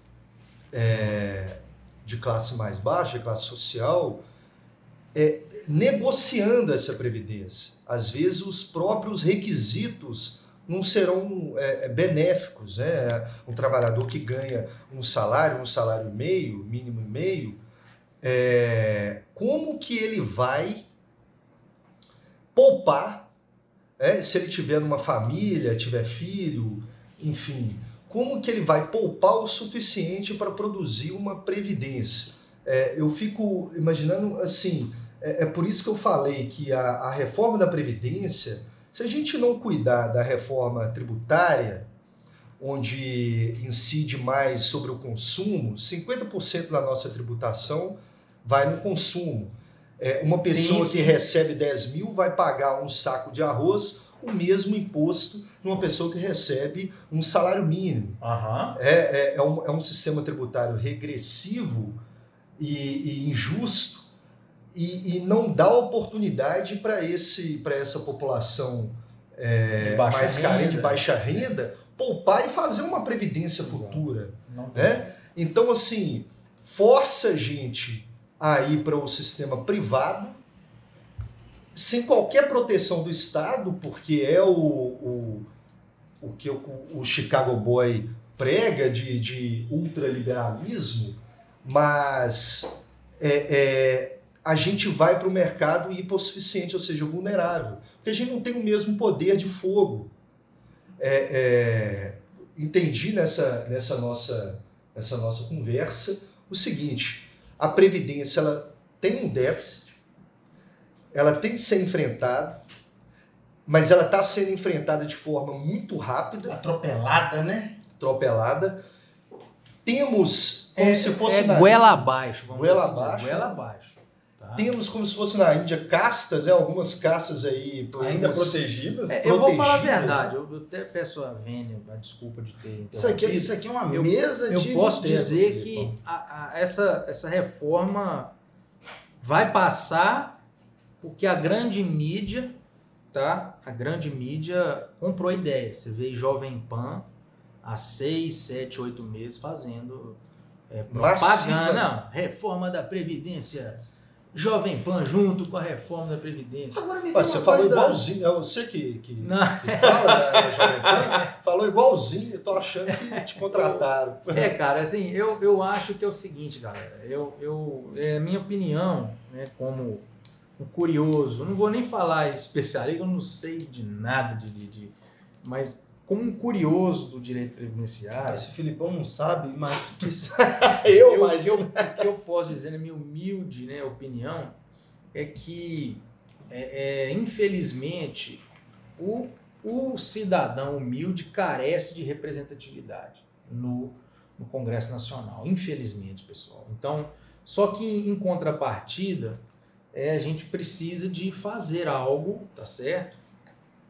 é, de classe mais baixa, classe social, é, negociando essa previdência. Às vezes, os próprios requisitos não serão é, benéficos, né? Um trabalhador que ganha um salário, um salário e meio, mínimo e meio, é, como que ele vai poupar, é, se ele tiver numa família, tiver filho, enfim, como que ele vai poupar o suficiente para produzir uma previdência? É, eu fico imaginando assim, é, é por isso que eu falei que a, a reforma da Previdência, se a gente não cuidar da reforma tributária, onde incide mais sobre o consumo, cinquenta por cento da nossa tributação vai no consumo. É, uma pessoa sim, sim. que recebe dez mil vai pagar um saco de arroz, o mesmo imposto de uma pessoa que recebe um salário mínimo. Uhum. É, é, é, um, é um sistema tributário regressivo e, e injusto, E, e não dá oportunidade para essa população é, mais carente, de baixa renda, poupar e fazer uma previdência futura. Né? Então, assim, força a gente a ir para o sistema privado, sem qualquer proteção do Estado, porque é o, o, o que o, o Chicago Boy prega de, de ultraliberalismo, mas... É, é, a gente vai para o mercado hipossuficiente, ou seja, vulnerável. Porque a gente não tem o mesmo poder de fogo. É, é, entendi nessa, nessa, nossa, nessa nossa conversa o seguinte, a Previdência ela tem um déficit, ela tem que ser enfrentada, mas ela está sendo enfrentada de forma muito rápida. Atropelada, né? Atropelada. Temos como é, se fosse... É goela abaixo. Vamos goela assim abaixo. Dizer, goela abaixo. Temos como se fosse na Índia castas, né? Algumas castas aí ainda algumas... protegidas. É, eu vou falar a verdade, eu até peço a Vênia a desculpa de ter isso aqui, isso aqui é uma eu, mesa eu de... Eu posso boteco, dizer que a, a, essa, essa reforma vai passar porque a grande mídia, tá? A grande mídia comprou a ideia. Você vê Jovem Pan há seis, sete, oito meses fazendo é, propaganda. Não, reforma da Previdência... Jovem Pan junto com a reforma da Previdência. Agora me Você falou coisa... igualzinho, é você que, que, que fala, né, Jovem Pan, falou igualzinho, eu tô achando que te contrataram. É, cara, assim, eu, eu acho que é o seguinte, galera, eu, eu, é a minha opinião, né, como um curioso, eu não vou nem falar especialista, eu não sei de nada, de, de, de mas como um curioso do direito previdenciário... Se o Filipão não sabe, mas que eu, eu imagino. O que eu posso dizer, na minha humilde, né, opinião, é que, é, é, infelizmente, o, o cidadão humilde carece de representatividade no, no Congresso Nacional. Infelizmente, pessoal. Então, só que, em contrapartida, é, a gente precisa de fazer algo, tá certo?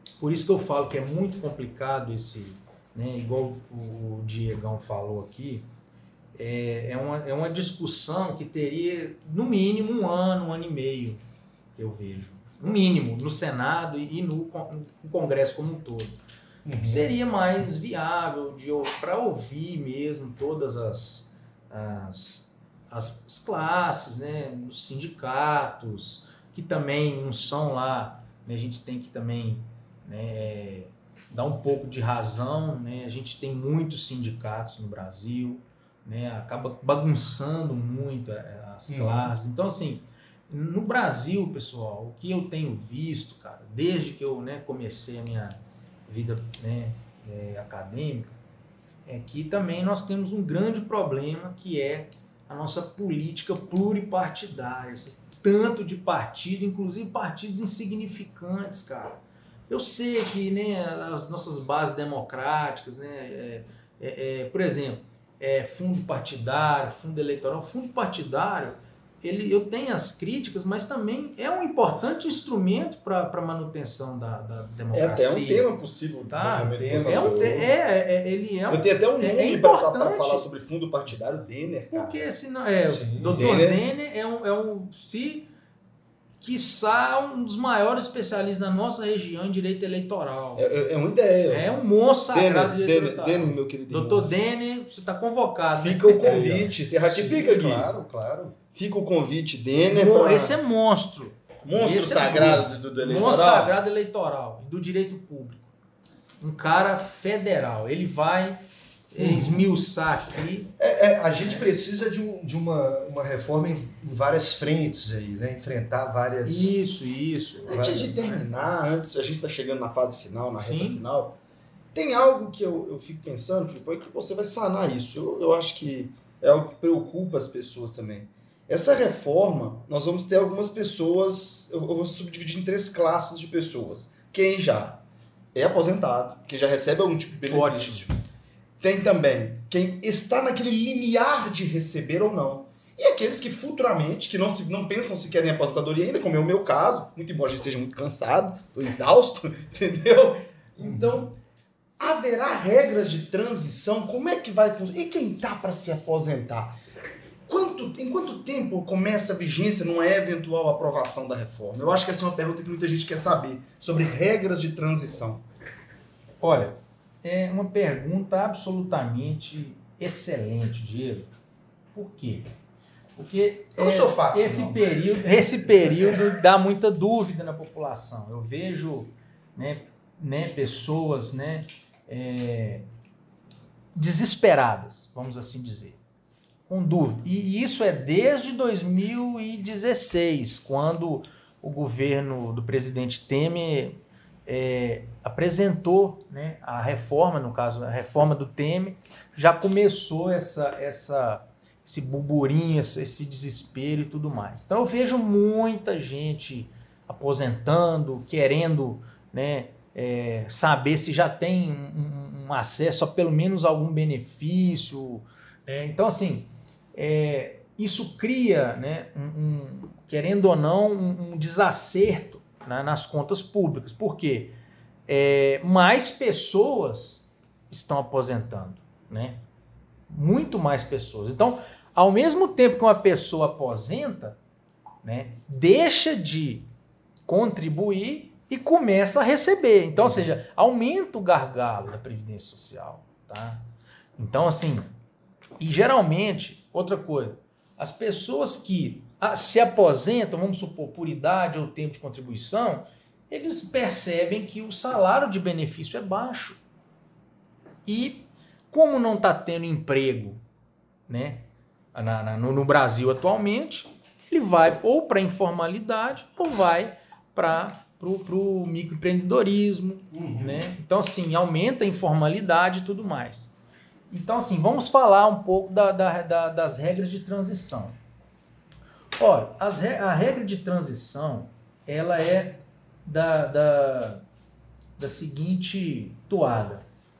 por isso que eu falo que é muito complicado esse, né, igual o Diegão falou aqui, é, é, uma, é uma discussão que teria no mínimo um ano, um ano e meio, que eu vejo. No mínimo, no Senado e no, no Congresso como um todo. Uhum. Seria mais viável para ouvir mesmo todas as, as, as, as classes, né, os sindicatos, que também não são lá, né, a gente tem que também, né, dar um pouco de razão, né, a gente tem muitos sindicatos no Brasil, né, acaba bagunçando muito as classes. Uhum. Então, assim, no Brasil, pessoal, o que eu tenho visto, cara, desde que eu, né, comecei a minha vida, né, é, acadêmica, é que também nós temos um grande problema, que é a nossa política pluripartidária, esse tanto de partido, inclusive partidos insignificantes, cara. Eu sei que, né, as nossas bases democráticas, né, é, é, é, por exemplo, é, fundo partidário, fundo eleitoral, fundo partidário, ele, eu tenho as críticas, mas também é um importante instrumento para a manutenção da, da democracia. É até um tema possível. Tá? É um, é, é, ele é um, eu tenho até um nome é para falar sobre fundo partidário, Denner, cara. Porque senão, é, o doutor Denner, Denner é um, é um se quiçá um dos maiores especialistas da nossa região em direito eleitoral. É, é uma ideia. É um monstro sagrado de direito Denner, eleitoral. Denner, meu querido doutor Denner, você está convocado. Fica, né, o convite, você ratifica, Sim, Gui? Claro, claro. Fica o convite, Denner. Bom, pra... Esse é monstro. Monstro esse sagrado é do, do eleitoral. Monstro sagrado eleitoral, do direito público. Um cara federal. Ele vai esmiuçar aqui. É, é, a gente precisa de, um, de uma, uma reforma em, em várias frentes aí, né? Enfrentar várias... Isso, isso. Antes de terminar, antes, a gente está chegando na fase final, na reta Sim. final, tem algo que eu, eu fico pensando, Filipe, é que você vai sanar isso. Eu, eu acho que é algo que preocupa as pessoas também. Essa reforma, nós vamos ter algumas pessoas, eu, eu vou subdividir em três classes de pessoas. Quem já é aposentado, quem já recebe algum tipo de benefício. Ótimo. Tem também quem está naquele limiar de receber ou não. E aqueles que futuramente, que não, se, não pensam se querem aposentadoria ainda, como é o meu caso, muito embora eu esteja muito cansado, estou exausto, entendeu? Então, haverá regras de transição? Como é que vai funcionar? E quem está para se aposentar? Quanto, em quanto tempo começa a vigência numa eventual aprovação da reforma? Eu acho que essa é uma pergunta que muita gente quer saber, sobre regras de transição. Olha, é uma pergunta absolutamente excelente, Diego. Por quê? Porque eu não sou fácil, esse, não. Período, esse período dá muita dúvida na população. Eu vejo, né, né, pessoas, né, é, desesperadas, vamos assim dizer, com dúvida. E isso é desde dois mil e dezesseis, quando o governo do presidente Temer é, apresentou, né, a reforma, no caso, a reforma do Temer, já começou essa, essa, esse burburinho, esse, esse desespero e tudo mais. Então eu vejo muita gente aposentando, querendo, né, é, saber se já tem um, um acesso a pelo menos algum benefício. É, então, assim, é, isso cria, né, um, um, querendo ou não, um, um desacerto, né, nas contas públicas. Por quê? É, mais pessoas estão aposentando, né? Muito mais pessoas. Então, ao mesmo tempo que uma pessoa aposenta, né, deixa de contribuir e começa a receber. Então, ou seja, aumenta o gargalo da Previdência Social. Tá? Então, assim, e geralmente, outra coisa, as pessoas que se aposentam, vamos supor, por idade ou tempo de contribuição, eles percebem que o salário de benefício é baixo. E como não está tendo emprego, né, na, na, no, no Brasil atualmente, ele vai ou para a informalidade ou vai para o microempreendedorismo. Uhum. Né? Então, assim, aumenta a informalidade e tudo mais. Então, assim, vamos falar um pouco da, da, da, das regras de transição. Olha, as, a regra de transição, ela é da, da, da seguinte toada.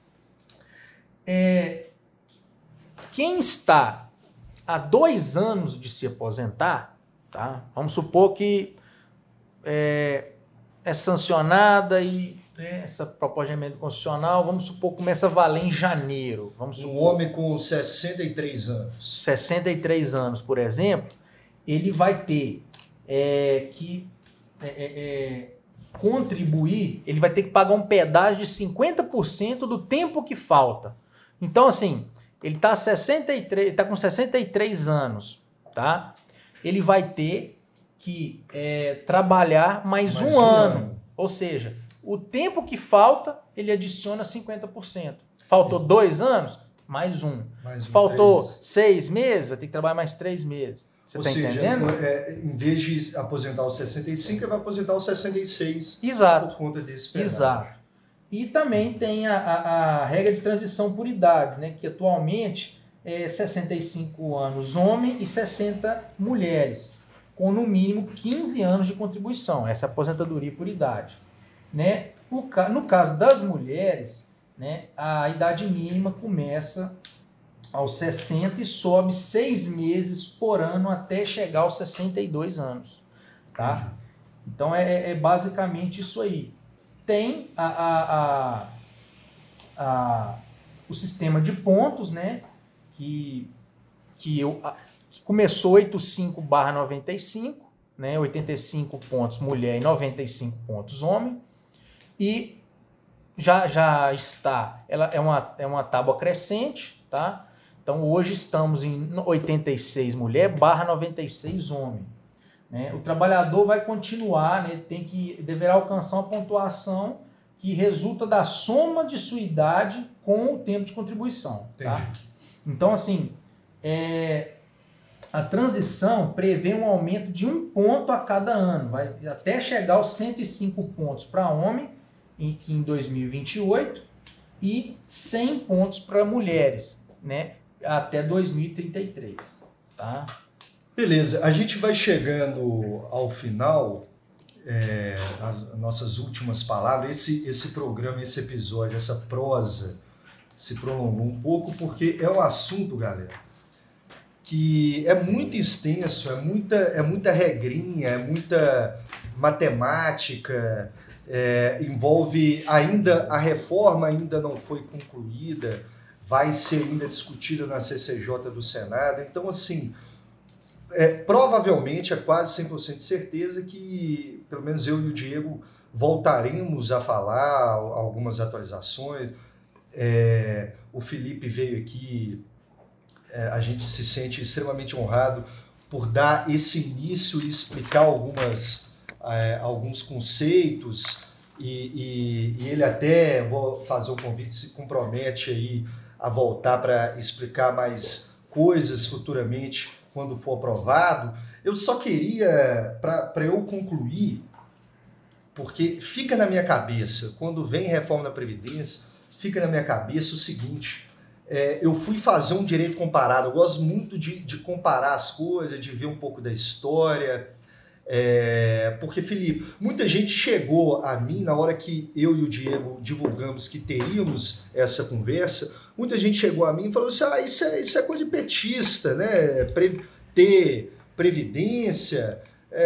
É, quem está há dois anos de se aposentar, tá? Vamos supor que é, é sancionada e né, essa proposta de emenda constitucional, vamos supor, começa a valer em janeiro. Vamos supor, um homem com sessenta e três anos. sessenta e três anos, por exemplo, ele vai ter é, que é, é, contribuir, ele vai ter que pagar um pedágio de cinquenta por cento do tempo que falta. Então, assim, ele está tá com sessenta e três anos, tá? Ele vai ter que é, trabalhar mais, mais um, um ano. ano. Ou seja, o tempo que falta, ele adiciona cinquenta por cento. Faltou Sim. dois anos? Mais um. Mais um Faltou três. seis meses? Vai ter que trabalhar mais três meses. Você está entendendo? É, em vez de aposentar os sessenta e cinco, ele vai aposentar os sessenta e seis. Exato. Por conta desse pedágio. Exato. E também tem a, a, a regra de transição por idade, né, que atualmente é sessenta e cinco anos homem e sessenta mulheres, com no mínimo quinze anos de contribuição, essa aposentadoria por idade. Né? No caso das mulheres, né, a idade mínima começa aos sessenta e sobe seis meses por ano até chegar aos sessenta e dois anos. Tá? Então é, é basicamente isso aí. Tem a, a, a, a, o sistema de pontos, né, que, que, eu, a, que começou oitenta e cinco barra noventa e cinco, né, oitenta e cinco pontos mulher e noventa e cinco pontos homem, e já, já está, ela é uma, é uma tábua crescente, tá? Então hoje estamos em oitenta e seis mulher barra noventa e seis homem. Né? O trabalhador vai continuar, né, tem que, deverá alcançar uma pontuação que resulta da soma de sua idade com o tempo de contribuição. Tá? Então, assim, é, a transição prevê um aumento de um ponto a cada ano, vai até chegar aos cento e cinco pontos para homem em, em dois mil e vinte e oito e cem pontos para mulheres, né, até dois mil e trinta e três. Tá? Beleza, a gente vai chegando ao final, é, as nossas últimas palavras. Esse, esse programa, esse episódio, essa prosa se prolongou um pouco porque é um assunto, galera, que é muito extenso, é muita, é muita regrinha, é muita matemática, é, envolve ainda, a reforma ainda não foi concluída, vai ser ainda discutida na C C J do Senado, então assim... É, provavelmente, é quase cem por cento de certeza que, pelo menos eu e o Diego, voltaremos a falar algumas atualizações. É, o Felipe veio aqui, é, a gente se sente extremamente honrado por dar esse início e explicar algumas, é, alguns conceitos, e, e, e ele até, vou fazer o convite, se compromete aí a voltar para explicar mais coisas futuramente, quando for aprovado. Eu só queria, para eu concluir, porque fica na minha cabeça, quando vem reforma da Previdência, fica na minha cabeça o seguinte, é, eu fui fazer um direito comparado, eu gosto muito de, de comparar as coisas, de ver um pouco da história, é, porque, Felipe, muita gente chegou a mim, na hora que eu e o Diego divulgamos que teríamos essa conversa, muita gente chegou a mim e falou assim, ah, isso é, isso é coisa de petista, né? Pre- ter previdência,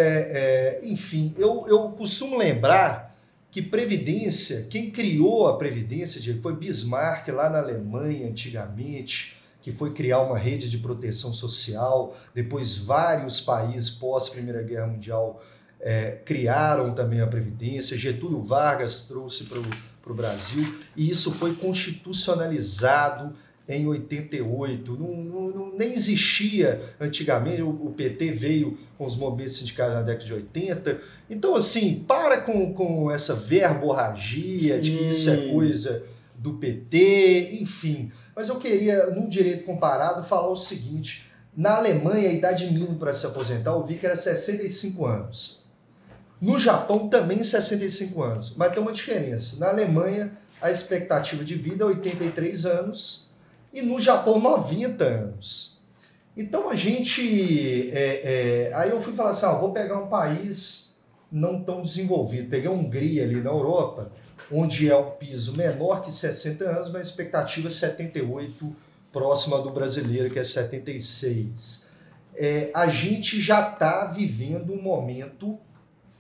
é, é, enfim. Eu, eu costumo lembrar que previdência, quem criou a previdência foi Bismarck, lá na Alemanha, antigamente, que foi criar uma rede de proteção social. Depois, vários países pós-Primeira Guerra Mundial é, criaram também a previdência. Getúlio Vargas trouxe para o Brasil, e isso foi constitucionalizado em oitenta e oito. Não, não, nem existia antigamente, o, o P T veio com os movimentos sindicais na década de oitenta. Então, assim, para com, com essa verborragia Sim. de que isso é coisa do P T, enfim. Mas eu queria, num direito comparado, falar o seguinte: na Alemanha, a idade mínima para se aposentar, eu vi que era sessenta e cinco anos. No Japão, também sessenta e cinco anos. Mas tem uma diferença. Na Alemanha, a expectativa de vida é oitenta e três anos e no Japão, noventa anos. Então, a gente... É, é, aí eu fui falar assim, ah, vou pegar um país não tão desenvolvido. Peguei a Hungria ali na Europa, onde é um piso menor que sessenta anos, mas a expectativa é setenta e oito, próxima do brasileiro, que é setenta e seis. É, a gente já está vivendo um momento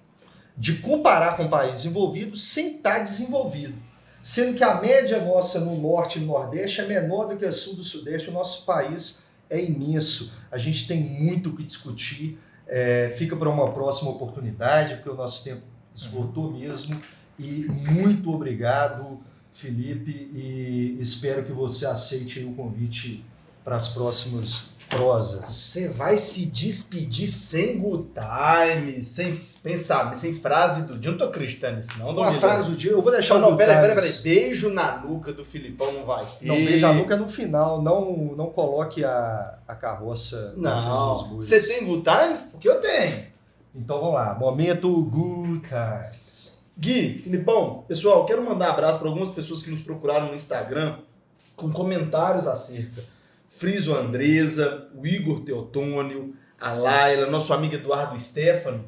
de comparar com países desenvolvidos sem estar desenvolvido. Sendo que a média nossa no norte e no nordeste é menor do que a sul do sudeste, o nosso país é imenso. A gente tem muito o que discutir, é, fica para uma próxima oportunidade, porque o nosso tempo esgotou mesmo. E muito obrigado, Felipe, e espero que você aceite o convite para as próximas prosas. Você vai se despedir sem good time, sem pensar, sem frase do dia. Eu não tô acreditando nisso, não. Uma frase do dia, eu vou deixar não, o não, peraí, peraí, peraí. peraí. Beijo na nuca do Filipão não vai ter. Não, beijo na nuca no final. Não, não coloque a, a carroça Não. nos bois. Você tem good times? Porque eu tenho. Então vamos lá. Momento good times. Gui, Filipão, pessoal, quero mandar um abraço para algumas pessoas que nos procuraram no Instagram com comentários acerca. Friso Andresa, o Igor Teotônio, a Laila, nosso amigo Eduardo Stefano.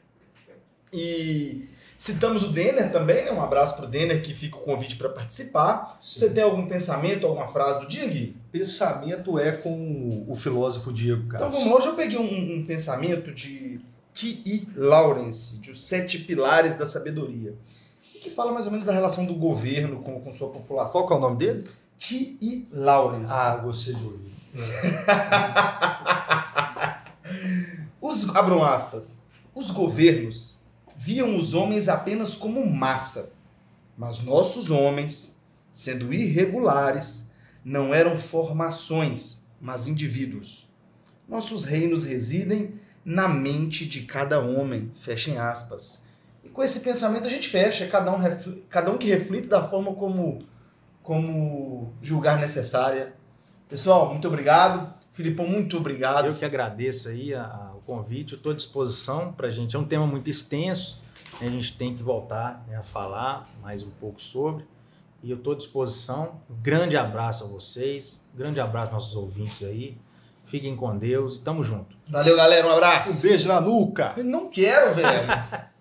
E citamos o Denner também, né? Um abraço pro Denner, que fica o convite para participar. Sim. Você tem algum pensamento, alguma frase do dia, Gui? Pensamento é com o filósofo Diego Castro. Então vamos lá, hoje eu peguei um, um pensamento de T E Lawrence, de Os Sete Pilares da Sabedoria, que fala mais ou menos da relação do governo com, com sua população. Qual que é o nome dele? T E Lawrence. Ah, gostei de ouvir. Os, abram aspas. Os governos viam os homens apenas como massa, mas nossos homens, sendo irregulares, não eram formações, mas indivíduos. Nossos reinos residem na mente de cada homem, fechem aspas. E com esse pensamento a gente fecha, cada um, refl- cada um que reflita da forma como, como julgar necessária. Pessoal, muito obrigado. Filipão, muito obrigado. Eu que agradeço aí a, a, o convite, eu estou à disposição para a gente. É um tema muito extenso, né? A gente tem que voltar, né, a falar mais um pouco sobre. E eu estou à disposição. Um grande abraço a vocês, um grande abraço aos nossos ouvintes aí. Fiquem com Deus e tamo junto. Valeu, galera. Um abraço. Um beijo na nuca. Eu não quero, velho.